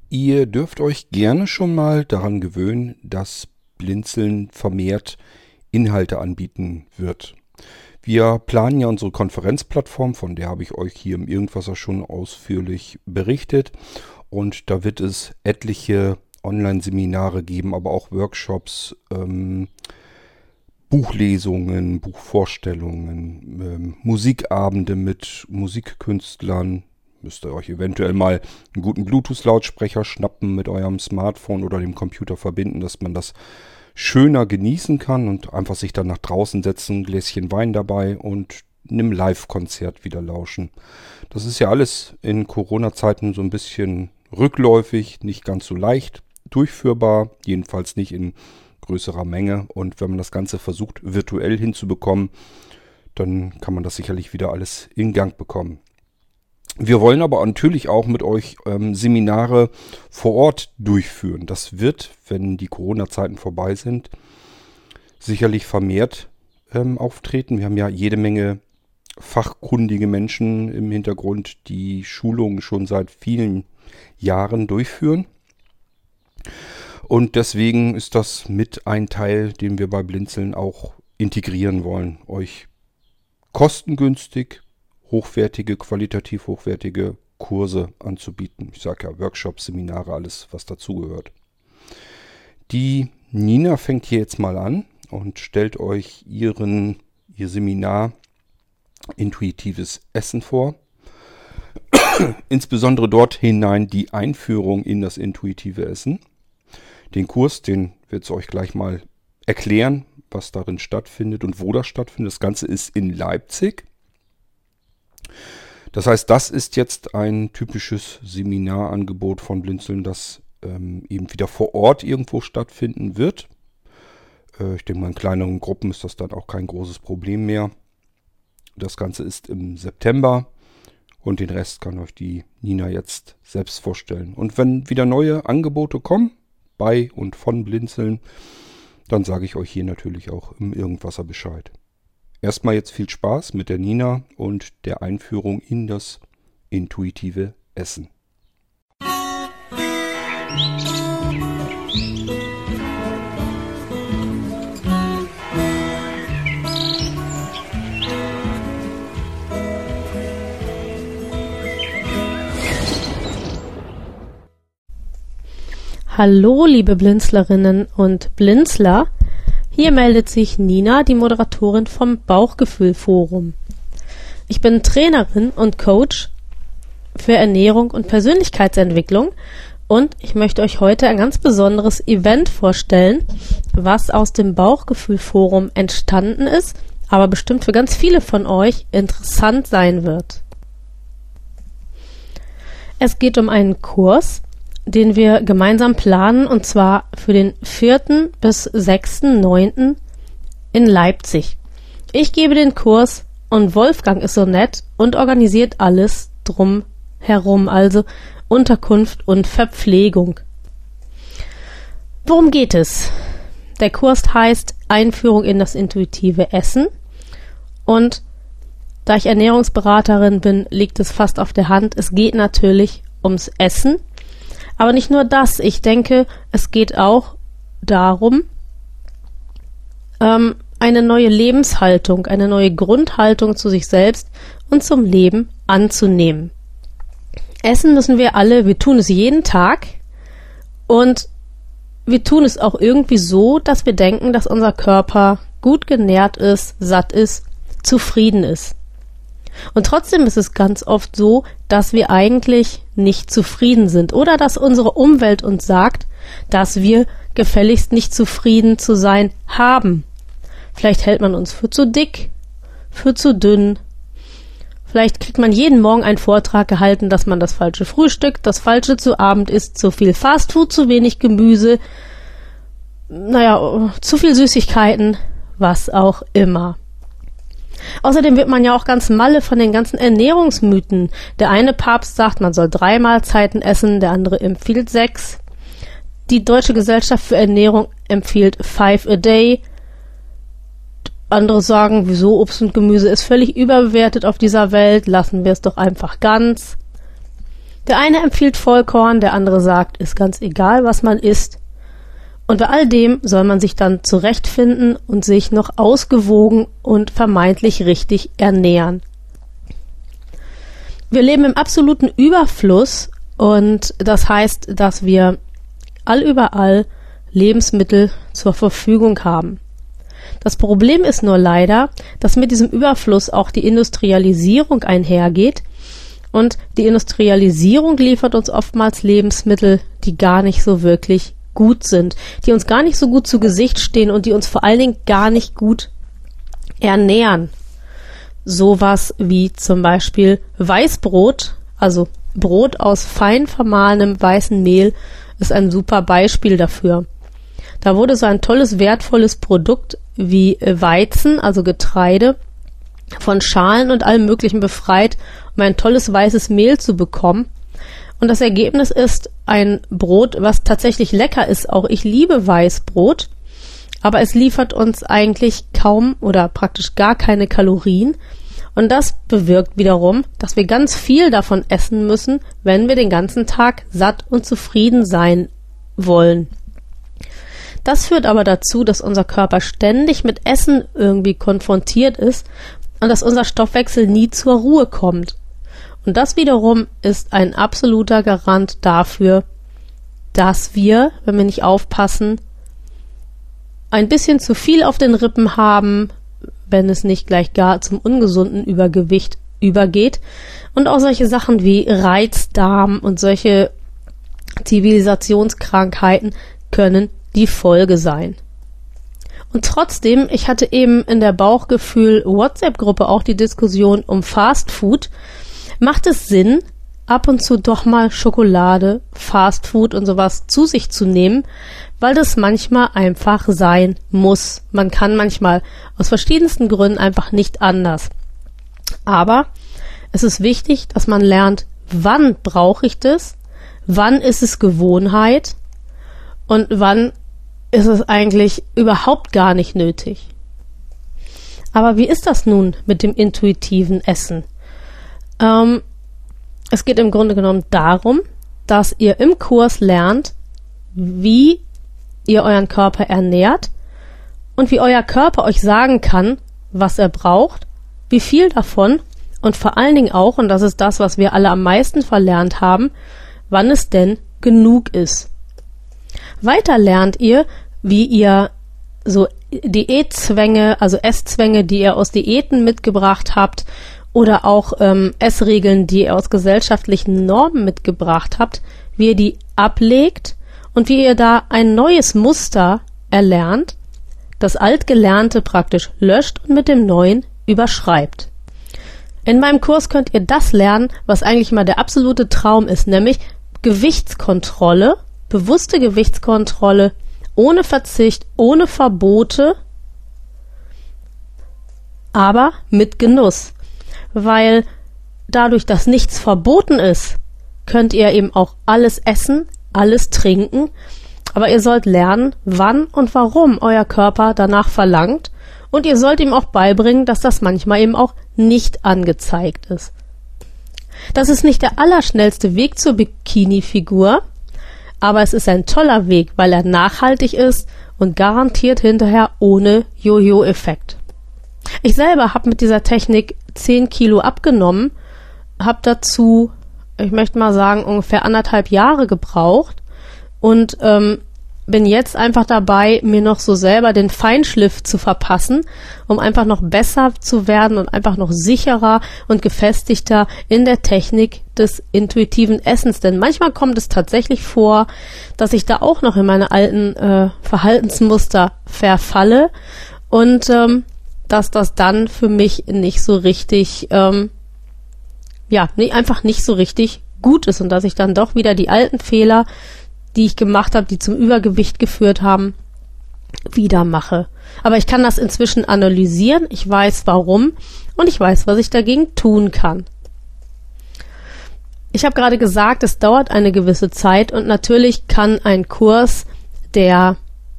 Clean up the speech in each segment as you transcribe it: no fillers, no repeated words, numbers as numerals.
Ihr dürft euch gerne schon mal daran gewöhnen, dass Blinzeln vermehrt Inhalte anbieten wird. Wir planen ja unsere Konferenzplattform, von der habe ich euch hier im Irgendwasser schon ausführlich berichtet. Und da wird es etliche Online-Seminare geben, aber auch Workshops, Buchlesungen, Buchvorstellungen, Musikabende mit Musikkünstlern. Müsst ihr euch eventuell mal einen guten Bluetooth-Lautsprecher schnappen, mit eurem Smartphone oder dem Computer verbinden, dass man das schöner genießen kann und einfach sich dann nach draußen setzen, ein Gläschen Wein dabei und einem Live-Konzert wieder lauschen. Das ist ja alles in Corona-Zeiten so ein bisschen rückläufig, nicht ganz so leicht durchführbar, jedenfalls nicht in größerer Menge. Und wenn man das Ganze versucht, virtuell hinzubekommen, dann kann man das sicherlich wieder alles in Gang bekommen. Wir wollen aber natürlich auch mit euch Seminare vor Ort durchführen. Das wird, wenn die Corona-Zeiten vorbei sind, sicherlich vermehrt auftreten. Wir haben ja jede Menge fachkundige Menschen im Hintergrund, die Schulungen schon seit vielen Jahren durchführen. Und deswegen ist das mit ein Teil, den wir bei Blinzeln auch integrieren wollen. Euch kostengünstig qualitativ hochwertige Kurse anzubieten. Ich sage ja Workshops, Seminare, alles was dazugehört. Die Nina fängt hier jetzt mal an und stellt euch ihr Seminar Intuitives Essen vor. Insbesondere dort hinein die Einführung in das intuitive Essen. Den Kurs, den wird sie euch gleich mal erklären, was darin stattfindet und wo das stattfindet. Das Ganze ist in Leipzig. Das heißt, das ist jetzt ein typisches Seminarangebot von Blinzeln, das eben wieder vor Ort irgendwo stattfinden wird. Ich denke mal, in kleineren Gruppen ist das dann auch kein großes Problem mehr. Das Ganze ist im September und den Rest kann euch die Nina jetzt selbst vorstellen. Und wenn wieder neue Angebote kommen, bei und von Blinzeln, dann sage ich euch hier natürlich auch im Irgendwasser Bescheid. Erstmal jetzt viel Spaß mit der Nina und der Einführung in das intuitive Essen. Hallo, liebe Blinzlerinnen und Blinzler. Hier meldet sich Nina, die Moderatorin vom Bauchgefühl-Forum. Ich bin Trainerin und Coach für Ernährung und Persönlichkeitsentwicklung und ich möchte euch heute ein ganz besonderes Event vorstellen, was aus dem Bauchgefühl-Forum entstanden ist, aber bestimmt für ganz viele von euch interessant sein wird. Es geht um einen Kurs, den wir gemeinsam planen, und zwar für den 4. bis 6.9. in Leipzig. Ich gebe den Kurs und Wolfgang ist so nett und organisiert alles drum herum, also Unterkunft und Verpflegung. Worum geht es? Der Kurs heißt Einführung in das intuitive Essen und da ich Ernährungsberaterin bin, liegt es fast auf der Hand. Es geht natürlich ums Essen. Aber nicht nur das, ich denke, es geht auch darum, eine neue Lebenshaltung, eine neue Grundhaltung zu sich selbst und zum Leben anzunehmen. Essen müssen wir alle, wir tun es jeden Tag und wir tun es auch irgendwie so, dass wir denken, dass unser Körper gut genährt ist, satt ist, zufrieden ist. Und trotzdem ist es ganz oft so, dass wir eigentlich nicht zufrieden sind oder dass unsere Umwelt uns sagt, dass wir gefälligst nicht zufrieden zu sein haben. Vielleicht hält man uns für zu dick, für zu dünn. Vielleicht kriegt man jeden Morgen einen Vortrag gehalten, dass man das falsche Frühstück, das falsche zu Abend isst, zu viel Fastfood, zu wenig Gemüse, zu viel Süßigkeiten, was auch immer. Außerdem wird man ja auch ganz malle von den ganzen Ernährungsmythen. Der eine Papst sagt, man soll 3 Mahlzeiten essen, der andere empfiehlt 6. Die Deutsche Gesellschaft für Ernährung empfiehlt 5 a day. Andere sagen, wieso, Obst und Gemüse ist völlig überbewertet auf dieser Welt, lassen wir es doch einfach ganz. Der eine empfiehlt Vollkorn, der andere sagt, ist ganz egal, was man isst. Und bei all dem soll man sich dann zurechtfinden und sich noch ausgewogen und vermeintlich richtig ernähren. Wir leben im absoluten Überfluss und das heißt, dass wir allüberall Lebensmittel zur Verfügung haben. Das Problem ist nur leider, dass mit diesem Überfluss auch die Industrialisierung einhergeht und die Industrialisierung liefert uns oftmals Lebensmittel, die gar nicht so wirklich gut sind, die uns gar nicht so gut zu Gesicht stehen und die uns vor allen Dingen gar nicht gut ernähren. Sowas wie zum Beispiel Weißbrot, also Brot aus fein vermahlenem weißen Mehl, ist ein super Beispiel dafür. Da wurde so ein tolles, wertvolles Produkt wie Weizen, also Getreide, von Schalen und allem Möglichen befreit, um ein tolles weißes Mehl zu bekommen. Und das Ergebnis ist ein Brot, was tatsächlich lecker ist. Auch ich liebe Weißbrot, aber es liefert uns eigentlich kaum oder praktisch gar keine Kalorien. Und das bewirkt wiederum, dass wir ganz viel davon essen müssen, wenn wir den ganzen Tag satt und zufrieden sein wollen. Das führt aber dazu, dass unser Körper ständig mit Essen irgendwie konfrontiert ist und dass unser Stoffwechsel nie zur Ruhe kommt. Und das wiederum ist ein absoluter Garant dafür, dass wir, wenn wir nicht aufpassen, ein bisschen zu viel auf den Rippen haben, wenn es nicht gleich gar zum ungesunden Übergewicht übergeht. Und auch solche Sachen wie Reizdarm und solche Zivilisationskrankheiten können die Folge sein. Und trotzdem, ich hatte eben in der Bauchgefühl-WhatsApp-Gruppe auch die Diskussion um Fast Food. Macht es Sinn, ab und zu doch mal Schokolade, Fast Food und sowas zu sich zu nehmen, weil das manchmal einfach sein muss. Man kann manchmal aus verschiedensten Gründen einfach nicht anders. Aber es ist wichtig, dass man lernt, wann brauche ich das, wann ist es Gewohnheit und wann ist es eigentlich überhaupt gar nicht nötig. Aber wie ist das nun mit dem intuitiven Essen? Es geht im Grunde genommen darum, dass ihr im Kurs lernt, wie ihr euren Körper ernährt und wie euer Körper euch sagen kann, was er braucht, wie viel davon und vor allen Dingen auch, und das ist das, was wir alle am meisten verlernt haben, wann es denn genug ist. Weiter lernt ihr, wie ihr so Diätzwänge, also Esszwänge, die ihr aus Diäten mitgebracht habt, oder auch Essregeln, die ihr aus gesellschaftlichen Normen mitgebracht habt, wie ihr die ablegt und wie ihr da ein neues Muster erlernt, das Altgelernte praktisch löscht und mit dem Neuen überschreibt. In meinem Kurs könnt ihr das lernen, was eigentlich mal der absolute Traum ist, nämlich Gewichtskontrolle, bewusste Gewichtskontrolle, ohne Verzicht, ohne Verbote, aber mit Genuss. Weil dadurch, dass nichts verboten ist, könnt ihr eben auch alles essen, alles trinken, aber ihr sollt lernen, wann und warum euer Körper danach verlangt und ihr sollt ihm auch beibringen, dass das manchmal eben auch nicht angezeigt ist. Das ist nicht der allerschnellste Weg zur Bikini-Figur, aber es ist ein toller Weg, weil er nachhaltig ist und garantiert hinterher ohne Jojo-Effekt. Ich selber habe mit dieser Technik 10 Kilo abgenommen, habe dazu, ich möchte mal sagen, ungefähr 1,5 Jahre gebraucht und bin jetzt einfach dabei, mir noch so selber den Feinschliff zu verpassen, um einfach noch besser zu werden und einfach noch sicherer und gefestigter in der Technik des intuitiven Essens. Denn manchmal kommt es tatsächlich vor, dass ich da auch noch in meine alten Verhaltensmuster verfalle und dass das dann für mich nicht so richtig, einfach nicht so richtig gut ist und dass ich dann doch wieder die alten Fehler, die ich gemacht habe, die zum Übergewicht geführt haben, wieder mache. Aber ich kann das inzwischen analysieren, ich weiß warum und ich weiß, was ich dagegen tun kann. Ich habe gerade gesagt, es dauert eine gewisse Zeit und natürlich kann ein Kurs, der,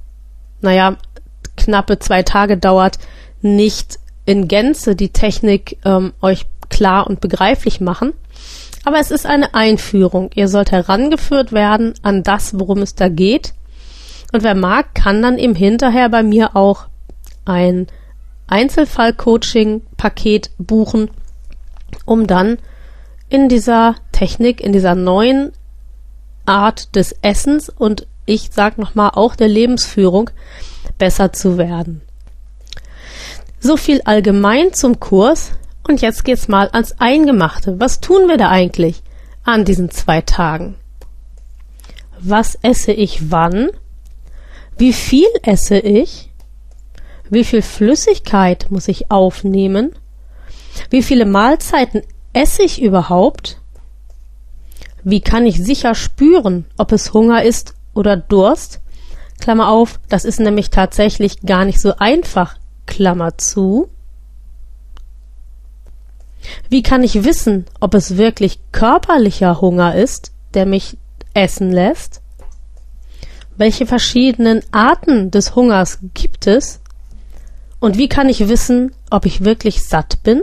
knappe 2 Tage dauert, nicht in Gänze die Technik euch klar und begreiflich machen. Aber es ist eine Einführung. Ihr sollt herangeführt werden an das, worum es da geht. Und wer mag, kann dann eben hinterher bei mir auch ein Einzelfall-Coaching-Paket buchen, um dann in dieser Technik, in dieser neuen Art des Essens und ich sag nochmal auch der Lebensführung besser zu werden. So viel allgemein zum Kurs und jetzt geht's mal ans Eingemachte. Was tun wir da eigentlich an diesen 2 Tagen? Was esse ich wann? Wie viel esse ich? Wie viel Flüssigkeit muss ich aufnehmen? Wie viele Mahlzeiten esse ich überhaupt? Wie kann ich sicher spüren, ob es Hunger ist oder Durst? Klammer auf, das ist nämlich tatsächlich gar nicht so einfach, Klammer zu. Wie kann ich wissen, ob es wirklich körperlicher Hunger ist, der mich essen lässt? Welche verschiedenen Arten des Hungers gibt es? Und wie kann ich wissen, ob ich wirklich satt bin?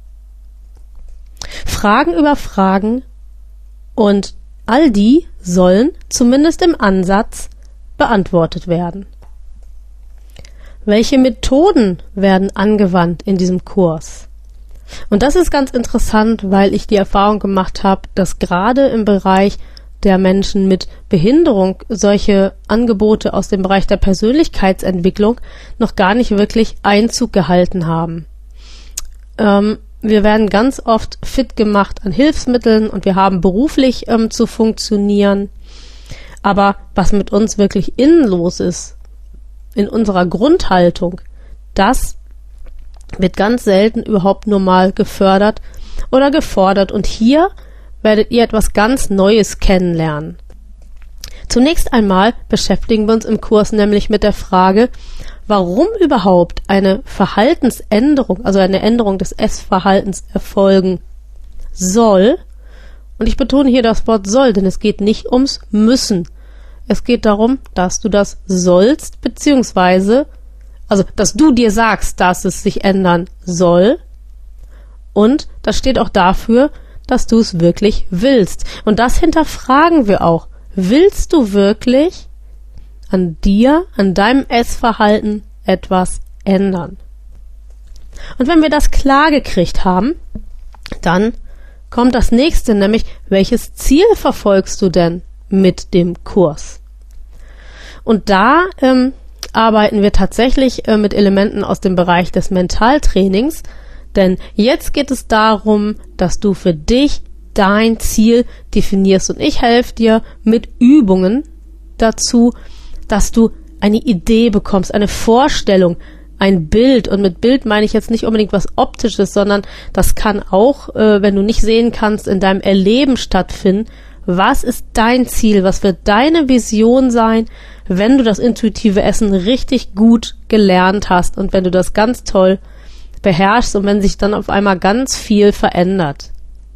Fragen über Fragen und all die sollen zumindest im Ansatz beantwortet werden. Welche Methoden werden angewandt in diesem Kurs? Und das ist ganz interessant, weil ich die Erfahrung gemacht habe, dass gerade im Bereich der Menschen mit Behinderung solche Angebote aus dem Bereich der Persönlichkeitsentwicklung noch gar nicht wirklich Einzug gehalten haben. Wir werden ganz oft fit gemacht an Hilfsmitteln und wir haben beruflich zu funktionieren. Aber was mit uns wirklich innen los ist, in unserer Grundhaltung, das wird ganz selten überhaupt nur mal gefördert oder gefordert. Und hier werdet ihr etwas ganz Neues kennenlernen. Zunächst einmal beschäftigen wir uns im Kurs nämlich mit der Frage, warum überhaupt eine Verhaltensänderung, also eine Änderung des Essverhaltens erfolgen soll. Und ich betone hier das Wort soll, denn es geht nicht ums Müssen. Es geht darum, dass du das sollst, beziehungsweise, also, dass du dir sagst, dass es sich ändern soll. Und das steht auch dafür, dass du es wirklich willst. Und das hinterfragen wir auch. Willst du wirklich an dir, an deinem Essverhalten etwas ändern? Und wenn wir das klar gekriegt haben, dann kommt das nächste, nämlich welches Ziel verfolgst du denn mit dem Kurs? Und da arbeiten wir tatsächlich mit Elementen aus dem Bereich des Mentaltrainings, denn jetzt geht es darum, dass du für dich dein Ziel definierst und ich helfe dir mit Übungen dazu, dass du eine Idee bekommst, eine Vorstellung, ein Bild. Und mit Bild meine ich jetzt nicht unbedingt was Optisches, sondern das kann auch, wenn du nicht sehen kannst, in deinem Erleben stattfinden. Was ist dein Ziel? Was wird deine Vision sein, wenn du das intuitive Essen richtig gut gelernt hast und wenn du das ganz toll beherrschst und wenn sich dann auf einmal ganz viel verändert?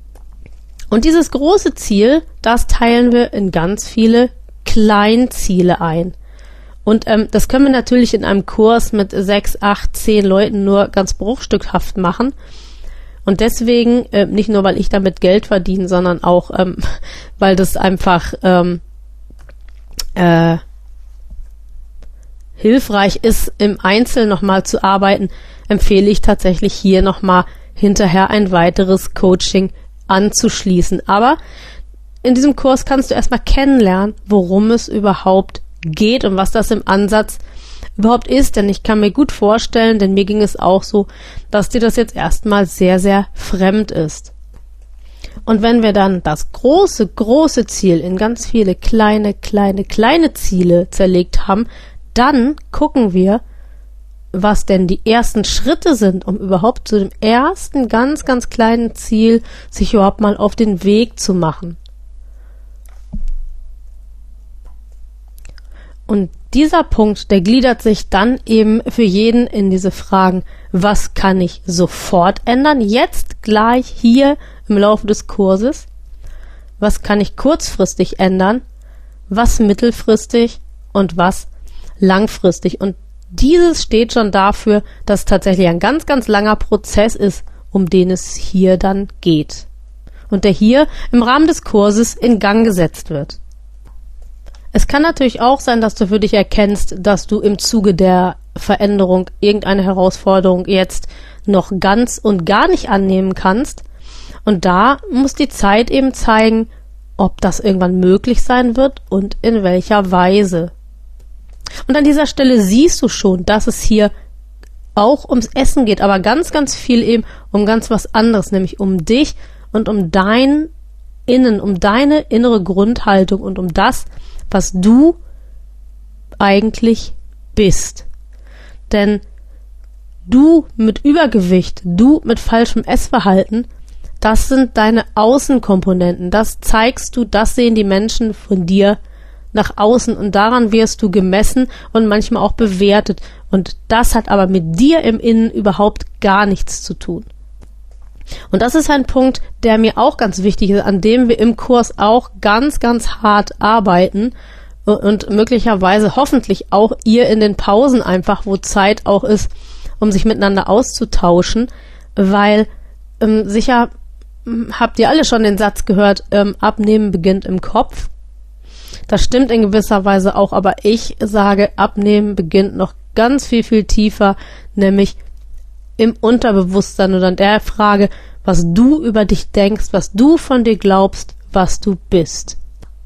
Und dieses große Ziel, das teilen wir in ganz viele Kleinziele ein. Und das können wir natürlich in einem Kurs mit 6, 8, 10 Leuten nur ganz bruchstückhaft machen. Und deswegen, nicht nur, weil ich damit Geld verdiene, sondern auch, weil das einfach hilfreich ist, im Einzelnen nochmal zu arbeiten, empfehle ich tatsächlich hier nochmal hinterher ein weiteres Coaching anzuschließen. Aber in diesem Kurs kannst du erstmal kennenlernen, worum es überhaupt geht und was das im Ansatz überhaupt ist, denn ich kann mir gut vorstellen, denn mir ging es auch so, dass dir das jetzt erstmal sehr, sehr fremd ist. Und wenn wir dann das große, große Ziel in ganz viele kleine Ziele zerlegt haben, dann gucken wir, was denn die ersten Schritte sind, um überhaupt zu dem ersten ganz, ganz kleinen Ziel sich überhaupt mal auf den Weg zu machen. Und dieser Punkt, der gliedert sich dann eben für jeden in diese Fragen, was kann ich sofort ändern, jetzt gleich hier im Laufe des Kurses, was kann ich kurzfristig ändern, was mittelfristig und was langfristig. Und dieses steht schon dafür, dass es tatsächlich ein ganz, ganz langer Prozess ist, um den es hier dann geht. und der hier im Rahmen des Kurses in Gang gesetzt wird. Es kann natürlich auch sein, dass du für dich erkennst, dass du im Zuge der Veränderung irgendeine Herausforderung jetzt noch ganz und gar nicht annehmen kannst. Und da muss die Zeit eben zeigen, ob das irgendwann möglich sein wird und in welcher Weise. Und an dieser Stelle siehst du schon, dass es hier auch ums Essen geht, aber ganz, ganz viel eben um ganz was anderes, nämlich um dich und um dein Innen, um deine innere Grundhaltung und um das, was du eigentlich bist. Denn du mit Übergewicht, du mit falschem Essverhalten, das sind deine Außenkomponenten. Das zeigst du, das sehen die Menschen von dir nach außen und daran wirst du gemessen und manchmal auch bewertet. Und das hat aber mit dir im Innen überhaupt gar nichts zu tun. Und das ist ein Punkt, der mir auch ganz wichtig ist, an dem wir im Kurs auch ganz, ganz hart arbeiten und möglicherweise hoffentlich auch ihr in den Pausen einfach, wo Zeit auch ist, um sich miteinander auszutauschen, weil sicher habt ihr alle schon den Satz gehört, Abnehmen beginnt im Kopf. Das stimmt in gewisser Weise auch, aber ich sage, Abnehmen beginnt noch ganz viel, viel tiefer, nämlich im Unterbewusstsein oder an der Frage, was du über dich denkst, was du von dir glaubst, was du bist.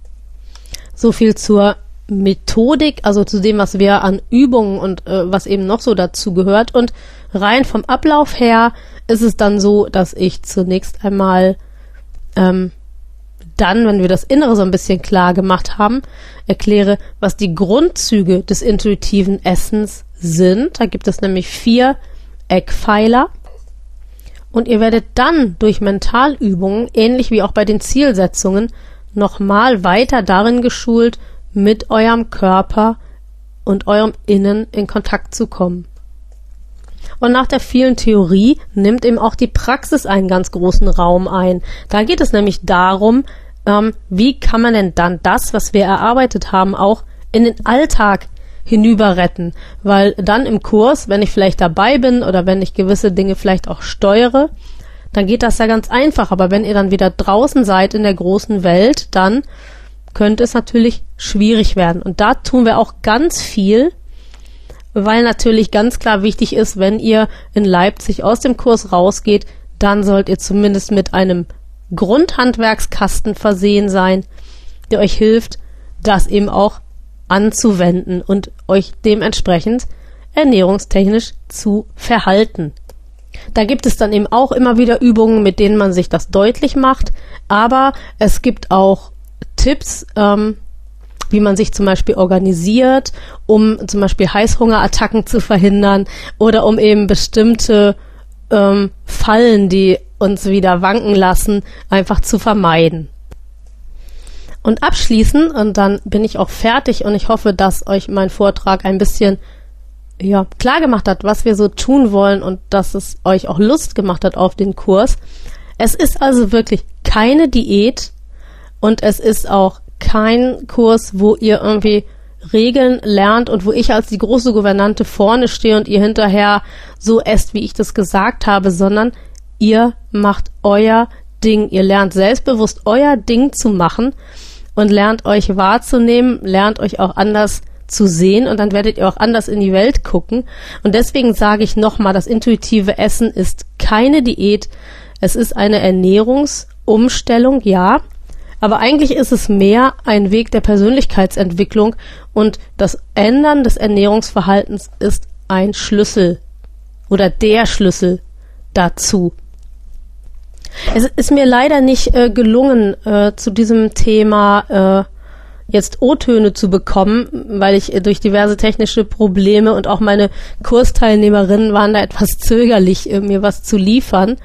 So viel zur Methodik, also zu dem, was wir an Übungen und was eben noch so dazu gehört. Und rein vom Ablauf her ist es dann so, dass ich zunächst einmal dann, wenn wir das Innere so ein bisschen klar gemacht haben, erkläre, was die Grundzüge des intuitiven Essens sind. Da gibt es nämlich 4 Eckpfeiler. Und ihr werdet dann durch Mentalübungen, ähnlich wie auch bei den Zielsetzungen, nochmal weiter darin geschult, mit eurem Körper und eurem Innen in Kontakt zu kommen. Und nach der vielen Theorie nimmt eben auch die Praxis einen ganz großen Raum ein. Da geht es nämlich darum, wie kann man denn dann das, was wir erarbeitet haben, auch in den Alltag hinüber retten. Weil dann im Kurs, wenn ich vielleicht dabei bin oder wenn ich gewisse Dinge vielleicht auch steuere, dann geht das ja ganz einfach. Aber wenn ihr dann wieder draußen seid in der großen Welt, dann könnte es natürlich schwierig werden. Und da tun wir auch ganz viel, weil natürlich ganz klar wichtig ist, wenn ihr in Leipzig aus dem Kurs rausgeht, dann sollt ihr zumindest mit einem Grundhandwerkskasten versehen sein, der euch hilft, das eben auch anzuwenden und euch dementsprechend ernährungstechnisch zu verhalten. Da gibt es dann eben auch immer wieder Übungen, mit denen man sich das deutlich macht, aber es gibt auch Tipps, wie man sich zum Beispiel organisiert, um zum Beispiel Heißhungerattacken zu verhindern oder um eben bestimmte Fallen, die uns wieder wanken lassen, einfach zu vermeiden. Und abschließend, und dann bin ich auch fertig und ich hoffe, dass euch mein Vortrag ein bisschen klar gemacht hat, was wir so tun wollen und dass es euch auch Lust gemacht hat auf den Kurs. Es ist also wirklich keine Diät und es ist auch kein Kurs, wo ihr irgendwie Regeln lernt und wo ich als die große Gouvernante vorne stehe und ihr hinterher so esst, wie ich das gesagt habe, sondern ihr macht euer Ding. Ihr lernt selbstbewusst euer Ding zu machen und lernt euch wahrzunehmen, lernt euch auch anders zu sehen und dann werdet ihr auch anders in die Welt gucken. Und deswegen sage ich nochmal, das intuitive Essen ist keine Diät. Es ist eine Ernährungsumstellung, ja. Aber eigentlich ist es mehr ein Weg der Persönlichkeitsentwicklung und das Ändern des Ernährungsverhaltens ist ein Schlüssel oder der Schlüssel dazu. Es ist mir leider nicht gelungen, zu diesem Thema jetzt O-Töne zu bekommen, weil ich durch diverse technische Probleme und auch meine Kursteilnehmerinnen waren da etwas zögerlich, mir was zu liefern.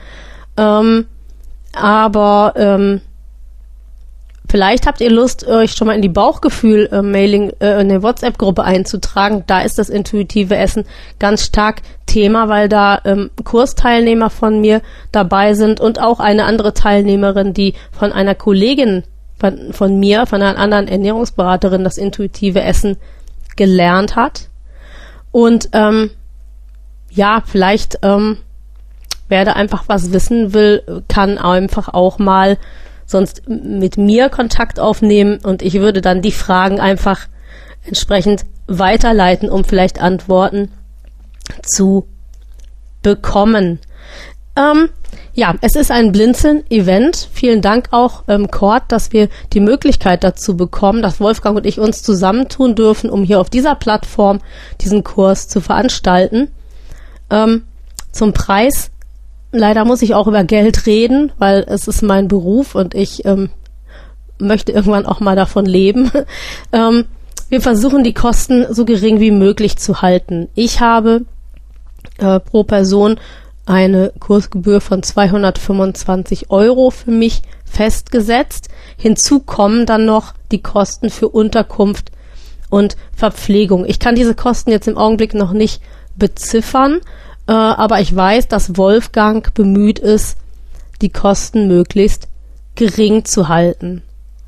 Aber vielleicht habt ihr Lust, euch schon mal in die Bauchgefühl-Mailing, in eine WhatsApp-Gruppe einzutragen. Da ist das intuitive Essen ganz stark Thema, weil da Kursteilnehmer von mir dabei sind und auch eine andere Teilnehmerin, die von einer Kollegin von mir, von einer anderen Ernährungsberaterin, das intuitive Essen gelernt hat. Und vielleicht, wenn Wer da einfach was wissen will, kann einfach auch mal sonst mit mir Kontakt aufnehmen und ich würde dann die Fragen einfach entsprechend weiterleiten, um vielleicht Antworten zu bekommen. Ja, es ist ein Blinzeln-Event. Vielen Dank auch, Cord, dass wir die Möglichkeit dazu bekommen, dass Wolfgang und ich uns zusammentun dürfen, um hier auf dieser Plattform diesen Kurs zu veranstalten. Zum Preis, leider muss ich auch über Geld reden, weil es ist mein Beruf und ich möchte irgendwann auch mal davon leben. Wir versuchen, die Kosten so gering wie möglich zu halten. Ich habe pro Person eine Kursgebühr von 225 € für mich festgesetzt. Hinzu kommen dann noch die Kosten für Unterkunft und Verpflegung. Ich kann diese Kosten jetzt im Augenblick noch nicht beziffern, aber ich weiß, dass Wolfgang bemüht ist, die Kosten möglichst gering zu halten.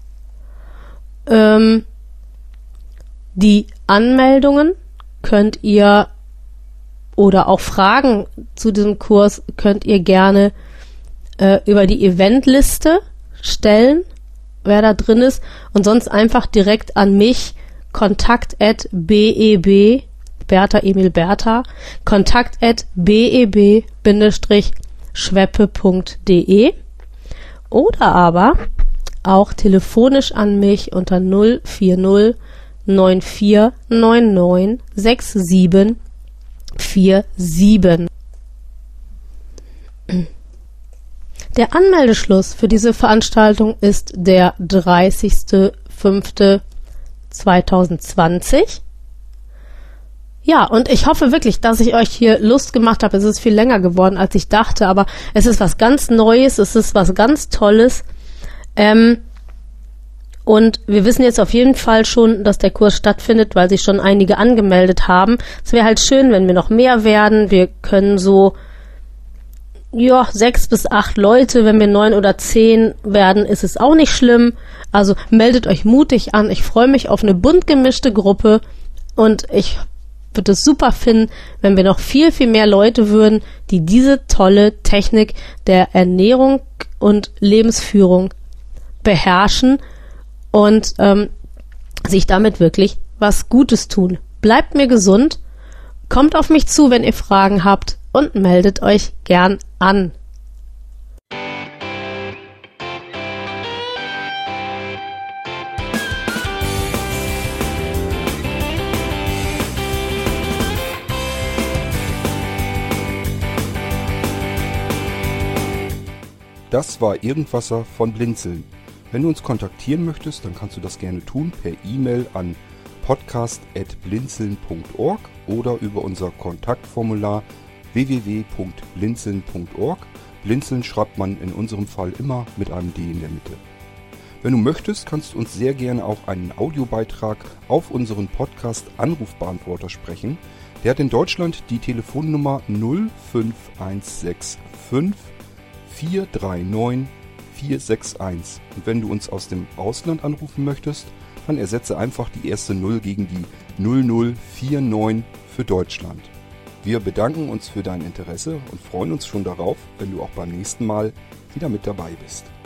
Die Anmeldungen könnt ihr oder auch Fragen zu diesem Kurs könnt ihr gerne über die Eventliste stellen, wer da drin ist, und sonst einfach direkt an mich kontakt@beb Bertha Emil Bertha kontakt@beb-schweppe.de oder aber auch telefonisch an mich unter 040 9499 6747. Der Anmeldeschluss für diese Veranstaltung ist der 30.05.2020. Ja, und ich hoffe wirklich, dass ich euch hier Lust gemacht habe. Es ist viel länger geworden, als ich dachte, aber es ist was ganz Neues, es ist was ganz Tolles. Und wir wissen jetzt auf jeden Fall schon, dass der Kurs stattfindet, weil sich schon einige angemeldet haben. Es wäre halt schön, wenn wir noch mehr werden. Wir können so 6 bis 8 Leute. Wenn wir 9 oder 10 werden, ist es auch nicht schlimm. Also meldet euch mutig an. Ich freue mich auf eine bunt gemischte Gruppe und ich würde es super finden, wenn wir noch viel, viel mehr Leute würden, die diese tolle Technik der Ernährung und Lebensführung beherrschen und sich damit wirklich was Gutes tun. Bleibt mir gesund, kommt auf mich zu, wenn ihr Fragen habt und meldet euch gern an. Das war Irgendwasser von Blinzeln. Wenn du uns kontaktieren möchtest, dann kannst du das gerne tun per E-Mail an podcast@blinzeln.org oder über unser Kontaktformular www.blinzeln.org. Blinzeln schreibt man in unserem Fall immer mit einem D in der Mitte. Wenn du möchtest, kannst du uns sehr gerne auch einen Audiobeitrag auf unseren Podcast Anrufbeantworter sprechen. Der hat in Deutschland die Telefonnummer 05165 439 461. Und wenn du uns aus dem Ausland anrufen möchtest, dann ersetze einfach die erste 0 gegen die 0049 für Deutschland. Wir bedanken uns für dein Interesse und freuen uns schon darauf, wenn du auch beim nächsten Mal wieder mit dabei bist.